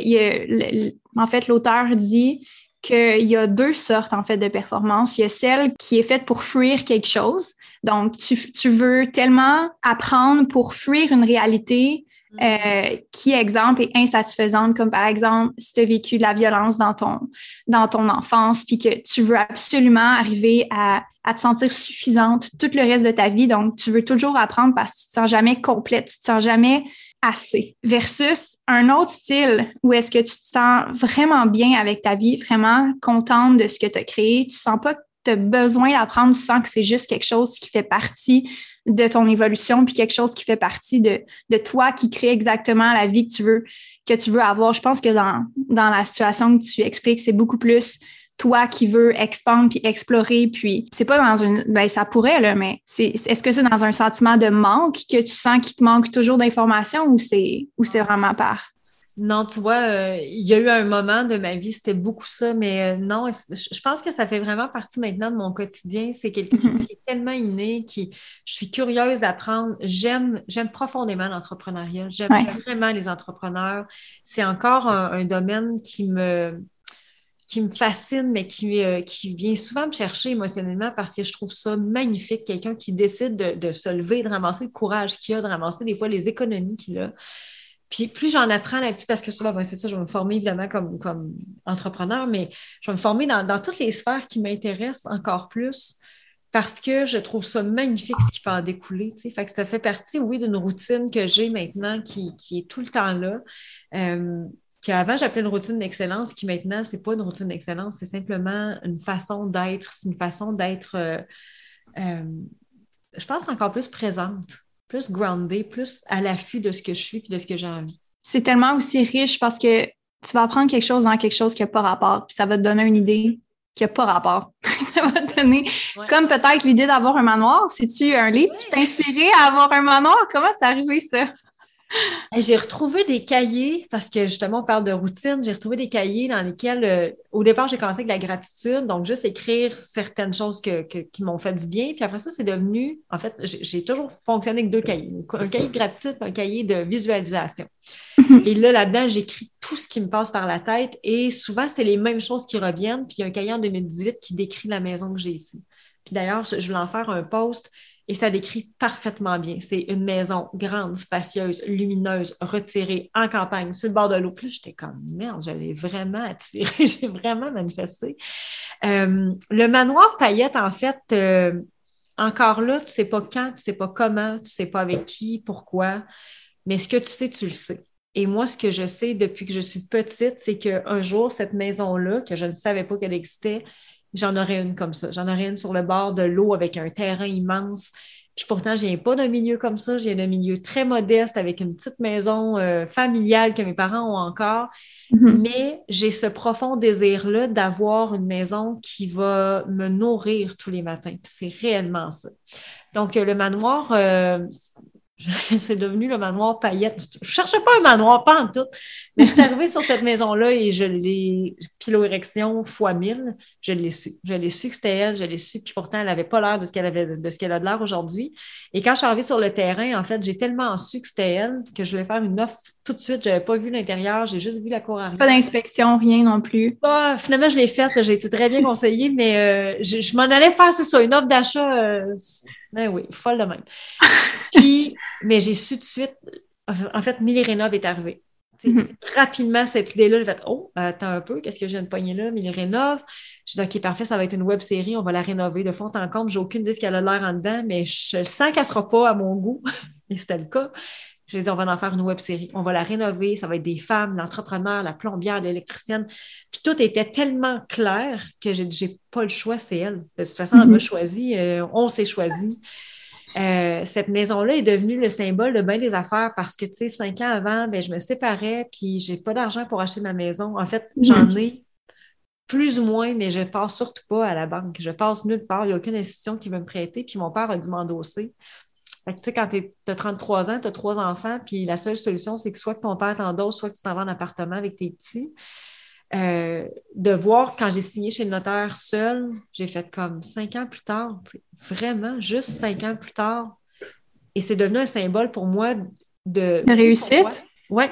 en fait, l'auteur dit qu'il y a deux sortes, en fait, de performance. Il y a celle qui est faite pour fuir quelque chose. Donc, tu veux tellement apprendre pour fuir une réalité qui, exemple, est insatisfaisante, comme par exemple, si tu as vécu de la violence dans ton enfance, puis que tu veux absolument arriver à te sentir suffisante tout le reste de ta vie. Donc, tu veux toujours apprendre parce que tu te sens jamais complète, tu te sens jamais assez. Versus un autre style où est-ce que tu te sens vraiment bien avec ta vie, vraiment contente de ce que tu as créé, tu sens pas que tu as besoin d'apprendre, tu sens que c'est juste quelque chose qui fait partie de ton évolution, puis quelque chose qui fait partie de toi, qui crée exactement la vie que tu veux avoir. Je pense que dans la situation que tu expliques, c'est beaucoup plus toi qui veux expandre puis explorer, puis c'est pas dans ça pourrait, là, mais est-ce que c'est dans un sentiment de manque que tu sens qu'il te manque toujours d'informations ou c'est vraiment par...
Non, tu vois, il y a eu un moment de ma vie, c'était beaucoup ça, mais non, je pense que ça fait vraiment partie maintenant de mon quotidien. C'est quelque chose qui est tellement inné, je suis curieuse d'apprendre. J'aime profondément l'entrepreneuriat. J'aime vraiment les entrepreneurs. C'est encore un domaine qui me fascine, mais qui vient souvent me chercher émotionnellement parce que je trouve ça magnifique. Quelqu'un qui décide de se lever, de ramasser le courage qu'il a, de ramasser des fois les économies qu'il a. Puis plus j'en apprends là-dessus, parce que souvent, c'est ça, je vais me former évidemment comme entrepreneur, mais je vais me former dans toutes les sphères qui m'intéressent encore plus parce que je trouve ça magnifique ce qui peut en découler. Tu sais. Fait que ça fait partie, oui, d'une routine que j'ai maintenant qui est tout le temps là. Qu'avant, j'appelais une routine d'excellence, qui maintenant, c'est pas une routine d'excellence, c'est simplement une façon d'être, c'est une façon d'être, je pense, encore plus présente, plus grounded, plus à l'affût de ce que je suis et de ce que j'ai envie.
C'est tellement aussi riche parce que tu vas apprendre quelque chose dans quelque chose qui n'a pas rapport, puis ça va te donner une idée qui n'a pas rapport. Ça va te donner, comme peut-être l'idée d'avoir un manoir. C'est-tu un livre qui t'a inspiré à avoir un manoir? Comment c'est arrivé ça?
J'ai retrouvé des cahiers, parce que justement, on parle de routine, j'ai retrouvé des cahiers dans lesquels, au départ, j'ai commencé avec la gratitude, donc juste écrire certaines choses qui m'ont fait du bien. Puis après ça, c'est devenu, en fait, j'ai toujours fonctionné avec deux cahiers, un cahier de gratitude et un cahier de visualisation. Et là-dedans, j'écris tout ce qui me passe par la tête et souvent, c'est les mêmes choses qui reviennent. Puis il y a un cahier en 2018 qui décrit la maison que j'ai ici. Puis d'ailleurs, je voulais en faire un post. Et ça décrit parfaitement bien. C'est une maison grande, spacieuse, lumineuse, retirée, en campagne, sur le bord de l'eau. Puis là, j'étais comme, merde, je l'ai vraiment attiré, j'ai vraiment manifesté. Le manoir paillette, en fait, encore là, tu ne sais pas quand, tu ne sais pas comment, tu ne sais pas avec qui, pourquoi, mais ce que tu sais, tu le sais. Et moi, ce que je sais depuis que je suis petite, c'est qu'un jour, cette maison-là, que je ne savais pas qu'elle existait, j'en aurais une comme ça. J'en aurais une sur le bord de l'eau avec un terrain immense. Puis pourtant, je viens pas d'un milieu comme ça. Je viens d'un milieu très modeste avec une petite maison familiale que mes parents ont encore. Mais j'ai ce profond désir-là d'avoir une maison qui va me nourrir tous les matins. Puis c'est réellement ça. Donc, le manoir... c'est devenu le manoir paillette. Je ne cherchais pas un manoir, pas en tout. Mais je suis arrivée sur cette maison-là et je l'ai, piloérection fois 1000, je l'ai su. Je l'ai su que c'était elle, je l'ai su, puis pourtant, elle n'avait pas l'air de ce qu'elle a de l'air aujourd'hui. Et quand je suis arrivée sur le terrain, en fait, j'ai tellement su que c'était elle que je voulais faire une offre tout de suite. Je n'avais pas vu l'intérieur, j'ai juste vu la cour arrière.
Pas d'inspection, rien non plus.
Finalement, je l'ai faite, j'ai été très bien conseillée, mais je m'en allais faire, c'est ça, une offre d'achat. Ben oui, folle de même. Mais j'ai su tout de suite, en fait, Millirénov est arrivé. Rapidement, cette idée-là, j'ai fait « Oh, attends un peu, qu'est-ce que je viens de pogner là? Millirénov. » Je dis « OK, parfait, ça va être une web série, on va la rénover de fond en comble. J'ai aucune idée ce qu'elle a l'air en dedans, mais je sens qu'elle ne sera pas à mon goût. » Et c'était le cas. J'ai dit « On va en faire une web série. On va la rénover, ça va être des femmes, l'entrepreneur, la plombière, l'électricienne. » Puis tout était tellement clair que j'ai pas le choix, c'est elle. De toute façon, elle m'a choisi, on s'est choisi. Cette maison-là est devenue le symbole de bien des affaires parce que, tu sais, 5 ans avant, je me séparais puis j'ai pas d'argent pour acheter ma maison. En fait, j'en ai plus ou moins, mais je passe surtout pas à la banque. Je passe nulle part. Il n'y a aucune institution qui veut me prêter puis mon père a dû m'endosser. Fait que, tu sais, quand t'as 33 ans, t'as 3 enfants, puis la seule solution, c'est que soit que ton père t'endosse, soit que tu t'en vas en appartement avec tes petits. De voir quand j'ai signé chez le notaire seul, j'ai fait comme 5 ans plus tard, vraiment, juste 5 ans plus tard. Et c'est devenu un symbole pour moi de
réussite.
Oui,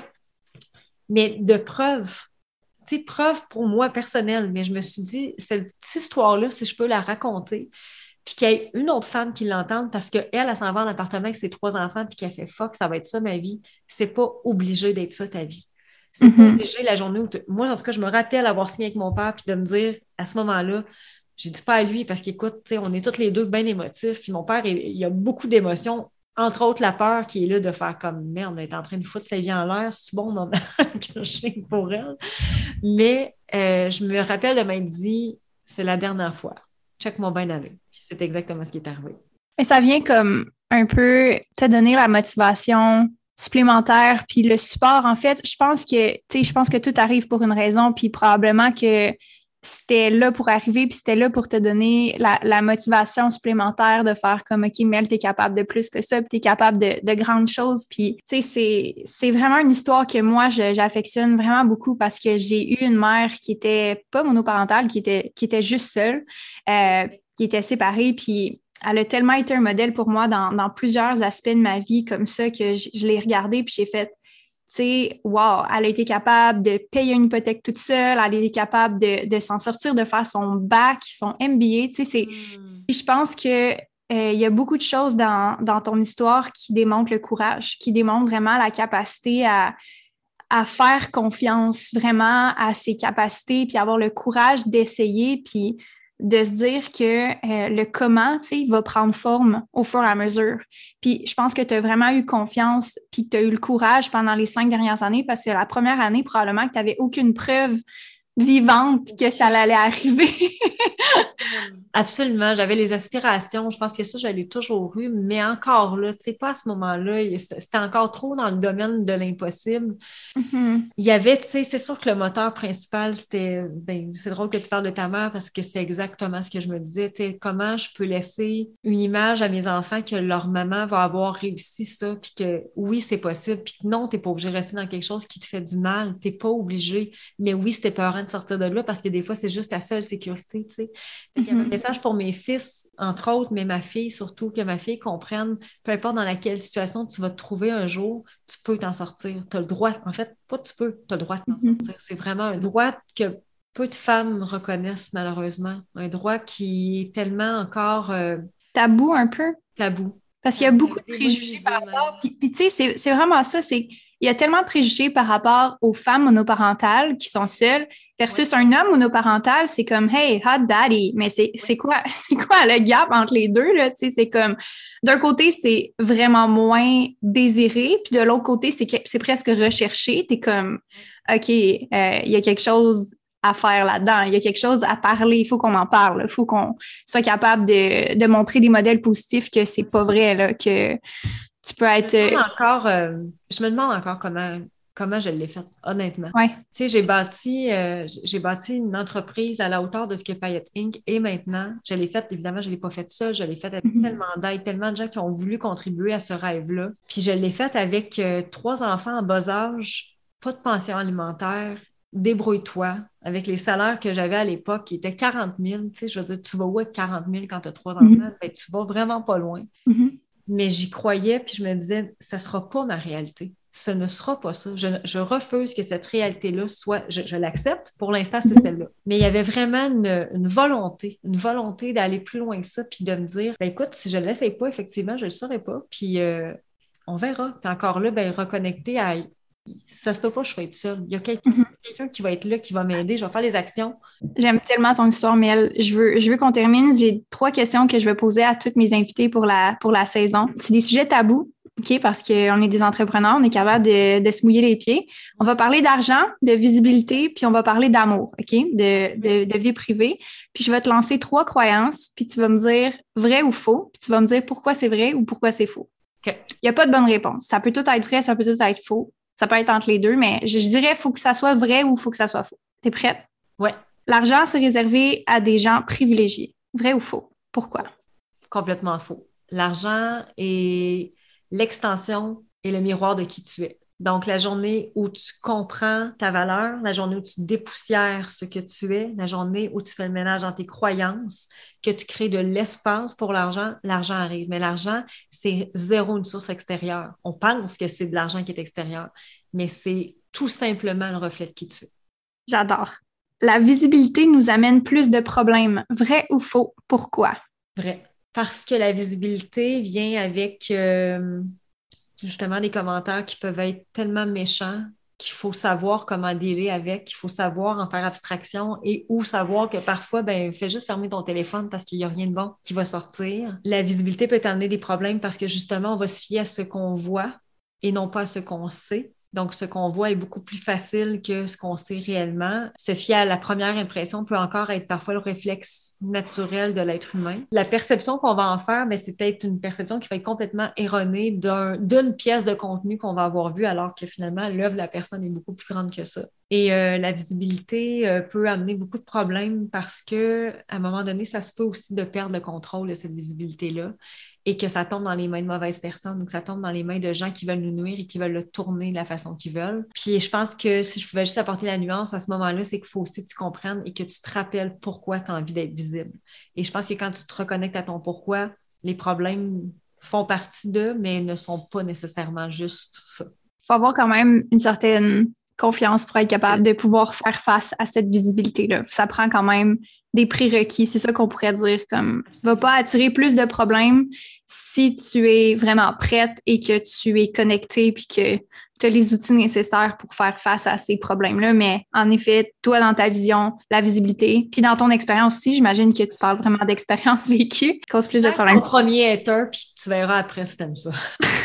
mais de preuve. Tu sais, preuve pour moi personnelle. Mais je me suis dit, cette histoire-là, si je peux la raconter, puis qu'il y ait une autre femme qui l'entende parce qu'elle, elle s'en va en appartement avec ses 3 enfants, puis qu'elle fait fuck, ça va être ça ma vie. C'est pas obligé d'être ça ta vie. C'est pas obligé la journée où moi, en tout cas, je me rappelle avoir signé avec mon père puis de me dire à ce moment-là, j'ai dit pas à lui parce qu'écoute, on est tous les deux bien émotifs. Puis mon père, il a beaucoup d'émotions, entre autres la peur qui est là de faire comme merde, elle est en train de foutre sa vie en l'air, c'est bon moment que je signe pour elle. Mais je me rappelle de m'être dit, c'est la dernière fois. Check-moi bien aller. Puis c'est exactement ce qui est arrivé.
Mais ça vient comme un peu te donner la motivation supplémentaire, puis le support. En fait, je pense que tout arrive pour une raison, puis probablement que c'était là pour arriver, puis c'était là pour te donner la motivation supplémentaire de faire comme, OK, Mel, t'es capable de plus que ça, puis t'es capable de grandes choses. Puis, tu sais, c'est vraiment une histoire que moi, j'affectionne vraiment beaucoup parce que j'ai eu une mère qui était pas monoparentale, qui était juste seule, qui était séparée, puis elle a tellement été un modèle pour moi dans plusieurs aspects de ma vie comme ça que je l'ai regardée puis j'ai fait, tu sais, wow, elle a été capable de payer une hypothèque toute seule, elle a été capable de s'en sortir, de faire son bac, son MBA, tu sais, je pense que il y a beaucoup de choses dans ton histoire qui démontrent le courage, qui démontrent vraiment la capacité à faire confiance vraiment à ses capacités puis avoir le courage d'essayer puis de se dire que le comment, tu sais, va prendre forme au fur et à mesure. Puis je pense que tu as vraiment eu confiance puis que tu as eu le courage pendant les 5 dernières années parce que la première année, probablement que tu n'avais aucune preuve vivante que ça allait arriver.
Absolument, j'avais les aspirations. Je pense que ça, je l'ai toujours eu, mais encore là, tu sais, pas à ce moment-là, c'était encore trop dans le domaine de l'impossible.
Mm-hmm.
Il y avait, tu sais, c'est sûr que le moteur principal, c'était, ben, c'est drôle que tu parles de ta mère parce que c'est exactement ce que je me disais, tu sais, comment je peux laisser une image à mes enfants que leur maman va avoir réussi ça, puis que oui, c'est possible, puis que non, t'es pas obligé de rester dans quelque chose qui te fait du mal, t'es pas obligé, mais oui, c'était peurant de sortir de là parce que des fois, c'est juste ta seule sécurité, tu sais. Il y avait un message pour mes fils, entre autres, mais ma fille surtout, que ma fille comprenne, peu importe dans laquelle situation tu vas te trouver un jour, tu peux t'en sortir. Tu as le droit, en fait, pas tu peux, tu as le droit de t'en sortir. C'est vraiment un droit que peu de femmes reconnaissent malheureusement. Un droit qui est tellement encore
tabou un peu.
Tabou.
Parce qu'il y a beaucoup de préjugés par rapport. Puis tu sais, c'est vraiment ça, il y a tellement de préjugés par rapport aux femmes monoparentales qui sont seules versus un homme monoparental, c'est comme hey, hot daddy, mais c'est quoi le gap entre les deux là, tu sais, c'est comme d'un côté c'est vraiment moins désiré, puis de l'autre côté c'est presque recherché, t'es comme OK, il y a quelque chose à faire là-dedans. Il y a quelque chose à parler. Il faut qu'on en parle. Il faut qu'on soit capable de montrer des modèles positifs que c'est pas vrai, là, que tu peux être...
Je me demande encore comment je l'ai fait, honnêtement.
Ouais.
Tu sais, j'ai bâti une entreprise à la hauteur de ce que Payette Inc. est maintenant. Je l'ai fait, évidemment, je ne l'ai pas fait seule. Je l'ai fait avec tellement d'aide, tellement de gens qui ont voulu contribuer à ce rêve-là. Puis je l'ai fait avec 3 enfants en bas âge, pas de pension alimentaire, débrouille-toi. Avec les salaires que j'avais à l'époque, qui étaient 40 000, tu sais, je veux dire, tu vas où avec 40 000 quand tu as 3 enfants? Ben, tu vas vraiment pas loin. Mais j'y croyais, puis je me disais, ça sera pas ma réalité. Ce ne sera pas ça. Je refuse que cette réalité-là soit... Je l'accepte. Pour l'instant, c'est celle-là. Mais il y avait vraiment une volonté d'aller plus loin que ça, puis de me dire, ben écoute, si je ne l'essaye pas, effectivement, je ne le saurais pas, puis on verra. Puis encore là, ben reconnecter à... Ça se peut pas, je vais être seule. Il y a quelqu'un qui va être là, qui va m'aider. Je vais faire les actions.
J'aime tellement ton histoire, Mel. Je veux qu'on termine. J'ai 3 questions que je vais poser à toutes mes invités pour la saison. C'est des sujets tabous, OK? Parce qu'on est des entrepreneurs, on est capable de se mouiller les pieds. On va parler d'argent, de visibilité, puis on va parler d'amour, OK? De vie privée. Puis je vais te lancer 3 croyances, puis tu vas me dire vrai ou faux, puis tu vas me dire pourquoi c'est vrai ou pourquoi c'est faux.
Okay.
Il n'y a pas de bonne réponse. Ça peut tout être vrai, ça peut tout être faux. Ça peut être entre les deux, mais je dirais qu'il faut que ça soit vrai ou il faut que ça soit faux. T'es prête?
Ouais.
L'argent, c'est réservé à des gens privilégiés. Vrai ou faux? Pourquoi?
Complètement faux. l'argent est l'extension et le miroir de qui tu es. Donc, la journée où tu comprends ta valeur, la journée où tu dépoussières ce que tu es, la journée où tu fais le ménage dans tes croyances, que tu crées de l'espace pour l'argent, l'argent arrive. Mais l'argent, c'est zéro une source extérieure. On pense que c'est de l'argent qui est extérieur, mais c'est tout simplement le reflet de qui tu es.
J'adore. La visibilité nous amène plus de problèmes. Vrai ou faux? Pourquoi?
Vrai. Parce que la visibilité vient avec justement des commentaires qui peuvent être tellement méchants qu'il faut savoir comment dealer avec, il faut savoir en faire abstraction et ou savoir que parfois, ben, fais juste fermer ton téléphone parce qu'il n'y a rien de bon qui va sortir. La visibilité peut t'amener des problèmes parce que justement, on va se fier à ce qu'on voit et non pas à ce qu'on sait. Donc, ce qu'on voit est beaucoup plus facile que ce qu'on sait réellement. Se fier à la première impression peut encore être parfois le réflexe naturel de l'être humain. La perception qu'on va en faire, mais c'est peut-être une perception qui va être complètement erronée d'une pièce de contenu qu'on va avoir vue, alors que finalement, l'œuvre de la personne est beaucoup plus grande que ça. Et la visibilité peut amener beaucoup de problèmes parce que, à un moment donné, ça se peut aussi de perdre le contrôle de cette visibilité-là et que ça tombe dans les mains de mauvaises personnes ou que ça tombe dans les mains de gens qui veulent nous nuire et qui veulent le tourner de la façon qu'ils veulent. Puis je pense que si je pouvais juste apporter la nuance à ce moment-là, c'est qu'il faut aussi que tu comprennes et que tu te rappelles pourquoi tu as envie d'être visible. Et je pense que quand tu te reconnectes à ton pourquoi, les problèmes font partie d'eux, mais ne sont pas nécessairement juste ça.
Il faut avoir quand même une certaine confiance pour être capable de pouvoir faire face à cette visibilité-là. Ça prend quand même des prérequis, c'est ça qu'on pourrait dire, comme tu vas pas attirer plus de problèmes si tu es vraiment prête et que tu es connectée puis que tu as les outils nécessaires pour faire face à ces problèmes-là. Mais en effet, toi, dans ta vision, la visibilité, puis dans ton expérience aussi, j'imagine que tu parles vraiment d'expérience vécue, cause plus de problèmes.
Au premier hater, puis tu verras après si t'aimes ça.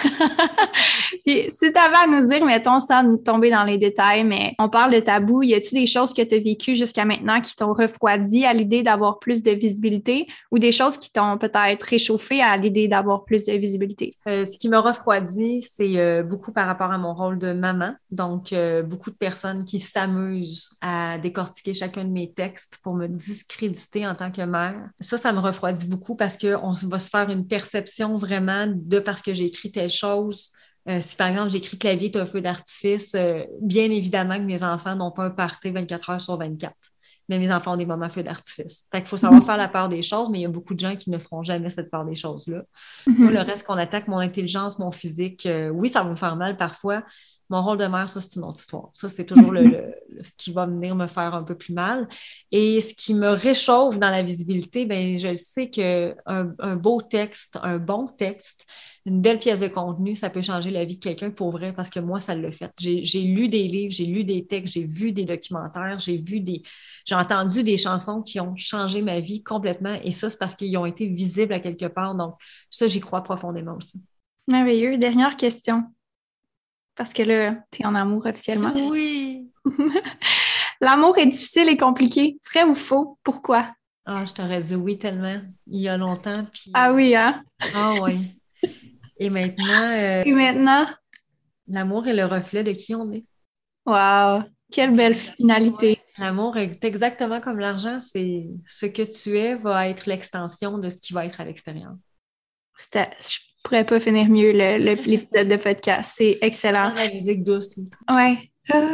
Puis si tu avais à nous dire, mettons, sans tomber dans les détails, mais on parle de tabou, y a-t-il des choses que tu as vécues jusqu'à maintenant qui t'ont refroidi à l'idée d'avoir plus de visibilité ou des choses qui t'ont peut-être réchauffé à l'idée d'avoir plus de visibilité?
Ce qui m'a refroidi, c'est beaucoup par rapport à mon rôle de maman. Donc, beaucoup de personnes qui s'amusent à décortiquer chacun de mes textes pour me discréditer en tant que mère. Ça me refroidit beaucoup parce qu'on va se faire une perception vraiment de parce que j'ai écrit telle chose. Si par exemple j'écris que la vie est un feu d'artifice, bien évidemment que mes enfants n'ont pas un party 24 heures sur 24. Mais mes enfants ont des moments feux d'artifice. Fait qu'il faut savoir faire la part des choses, mais il y a beaucoup de gens qui ne feront jamais cette part des choses-là. Moi, le reste qu'on attaque, mon intelligence, mon physique, oui, ça va me faire mal parfois. Mon rôle de mère, ça, c'est une autre histoire. Ça, c'est toujours ce qui va venir me faire un peu plus mal. Et ce qui me réchauffe dans la visibilité, ben, je sais qu'un beau texte, un bon texte, une belle pièce de contenu, ça peut changer la vie de quelqu'un pour vrai parce que moi, ça l'a fait. J'ai lu des livres, j'ai lu des textes, j'ai vu des documentaires, j'ai entendu des chansons qui ont changé ma vie complètement. Et ça, c'est parce qu'ils ont été visibles à quelque part. Donc, ça, j'y crois profondément aussi.
Merveilleux. Dernière question. Parce que là, tu es en amour officiellement.
Oui!
L'amour est difficile et compliqué. Vrai ou faux? Pourquoi?
Ah, je t'aurais dit oui tellement, il y a longtemps. Puis...
Ah oui, hein?
Ah oui. Et maintenant...
Et maintenant?
L'amour est le reflet de qui on est.
Wow! Quelle belle finalité.
L'amour est exactement comme l'argent. C'est ce que tu es va être l'extension de ce qui va être à l'extérieur.
Je pourrais pas finir mieux l'épisode de podcast. C'est excellent.
La musique douce.
Ouais.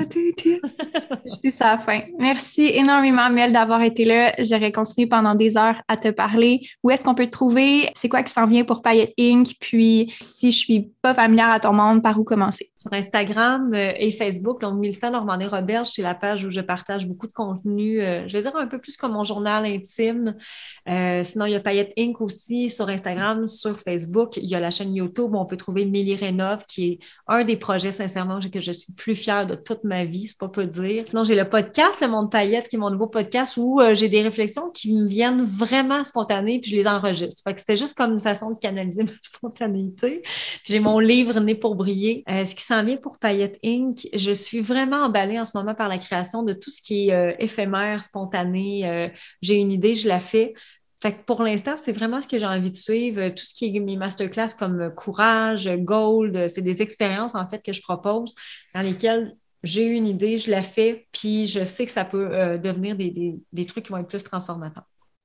Je dis ça à la fin. Merci énormément, Mel, d'avoir été là. J'aurais continué pendant des heures à te parler. Où est-ce qu'on peut te trouver? C'est quoi qui s'en vient pour Paillettes Inc? Puis, si je suis pas familière à ton monde, par où commencer?
Sur Instagram et Facebook, donc Mélissa Normandin-Roberge, c'est la page où je partage beaucoup de contenu, je vais dire un peu plus comme mon journal intime. Sinon, il y a Paillettes Inc. aussi sur Instagram, sur Facebook. Il y a la chaîne YouTube où on peut trouver Mélie Rénov, qui est un des projets, sincèrement, que je suis plus fière de toute ma vie, c'est pas peu dire. Sinon, j'ai le podcast, Le Monde Paillettes, qui est mon nouveau podcast où j'ai des réflexions qui me viennent vraiment spontanées, puis je les enregistre. Fait que c'était juste comme une façon de canaliser ma spontanéité. J'ai mon livre Né pour briller. Ce qui s'en vient pour Paillettes Inc., je suis vraiment emballée en ce moment par la création de tout ce qui est éphémère, spontané. J'ai une idée, je la fais. Fait que pour l'instant, c'est vraiment ce que j'ai envie de suivre. Tout ce qui est mes masterclass comme Courage, Gold, c'est des expériences en fait que je propose dans lesquelles j'ai une idée, je la fais, puis je sais que ça peut devenir des trucs qui vont être plus transformateurs.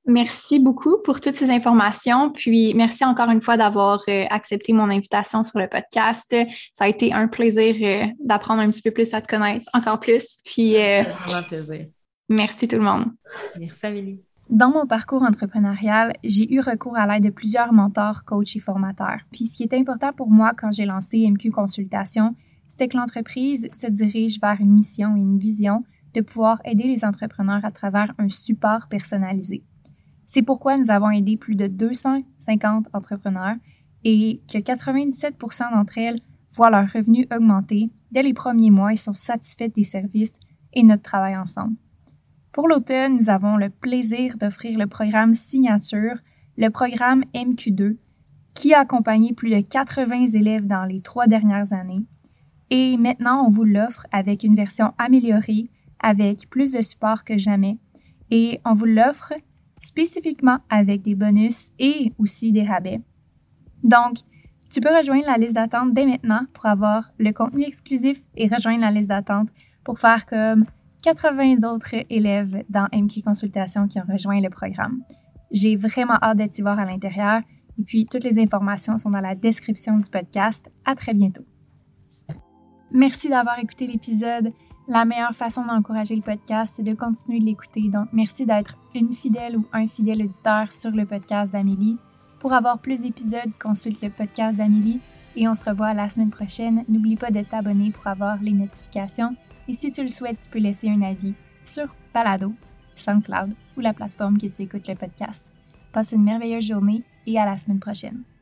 Merci beaucoup pour toutes ces informations. Puis, merci encore une fois d'avoir accepté mon invitation sur le podcast. Ça a été un plaisir d'apprendre un petit peu plus à te connaître, encore plus. Puis,
Vraiment plaisir.
Merci tout le monde.
Merci, Amélie.
Dans mon parcours entrepreneurial, j'ai eu recours à l'aide de plusieurs mentors, coachs et formateurs. Puis, ce qui est important pour moi quand j'ai lancé MQ Consultation, c'était que l'entreprise se dirige vers une mission et une vision de pouvoir aider les entrepreneurs à travers un support personnalisé. C'est pourquoi nous avons aidé plus de 250 entrepreneurs et que 97% d'entre elles voient leurs revenus augmenter dès les premiers mois et sont satisfaites des services et notre travail ensemble. Pour l'automne, nous avons le plaisir d'offrir le programme Signature, le programme MQ2, qui a accompagné plus de 80 élèves dans les 3 dernières années. Et maintenant, on vous l'offre avec une version améliorée, avec plus de support que jamais. Et on vous l'offre spécifiquement avec des bonus et aussi des rabais. Donc, tu peux rejoindre la liste d'attente dès maintenant pour avoir le contenu exclusif et rejoindre la liste d'attente pour faire comme 80 d'autres élèves dans MQ Consultation qui ont rejoint le programme. J'ai vraiment hâte de t'y voir à l'intérieur et puis toutes les informations sont dans la description du podcast. À très bientôt. Merci d'avoir écouté l'épisode. La meilleure façon d'encourager le podcast, c'est de continuer de l'écouter. Donc, merci d'être une fidèle ou un fidèle auditeur sur le podcast d'Amélie. Pour avoir plus d'épisodes, consulte le podcast d'Amélie et on se revoit la semaine prochaine. N'oublie pas de t'abonner pour avoir les notifications. Et si tu le souhaites, tu peux laisser un avis sur Balado, SoundCloud ou la plateforme que tu écoutes le podcast. Passe une merveilleuse journée et à la semaine prochaine.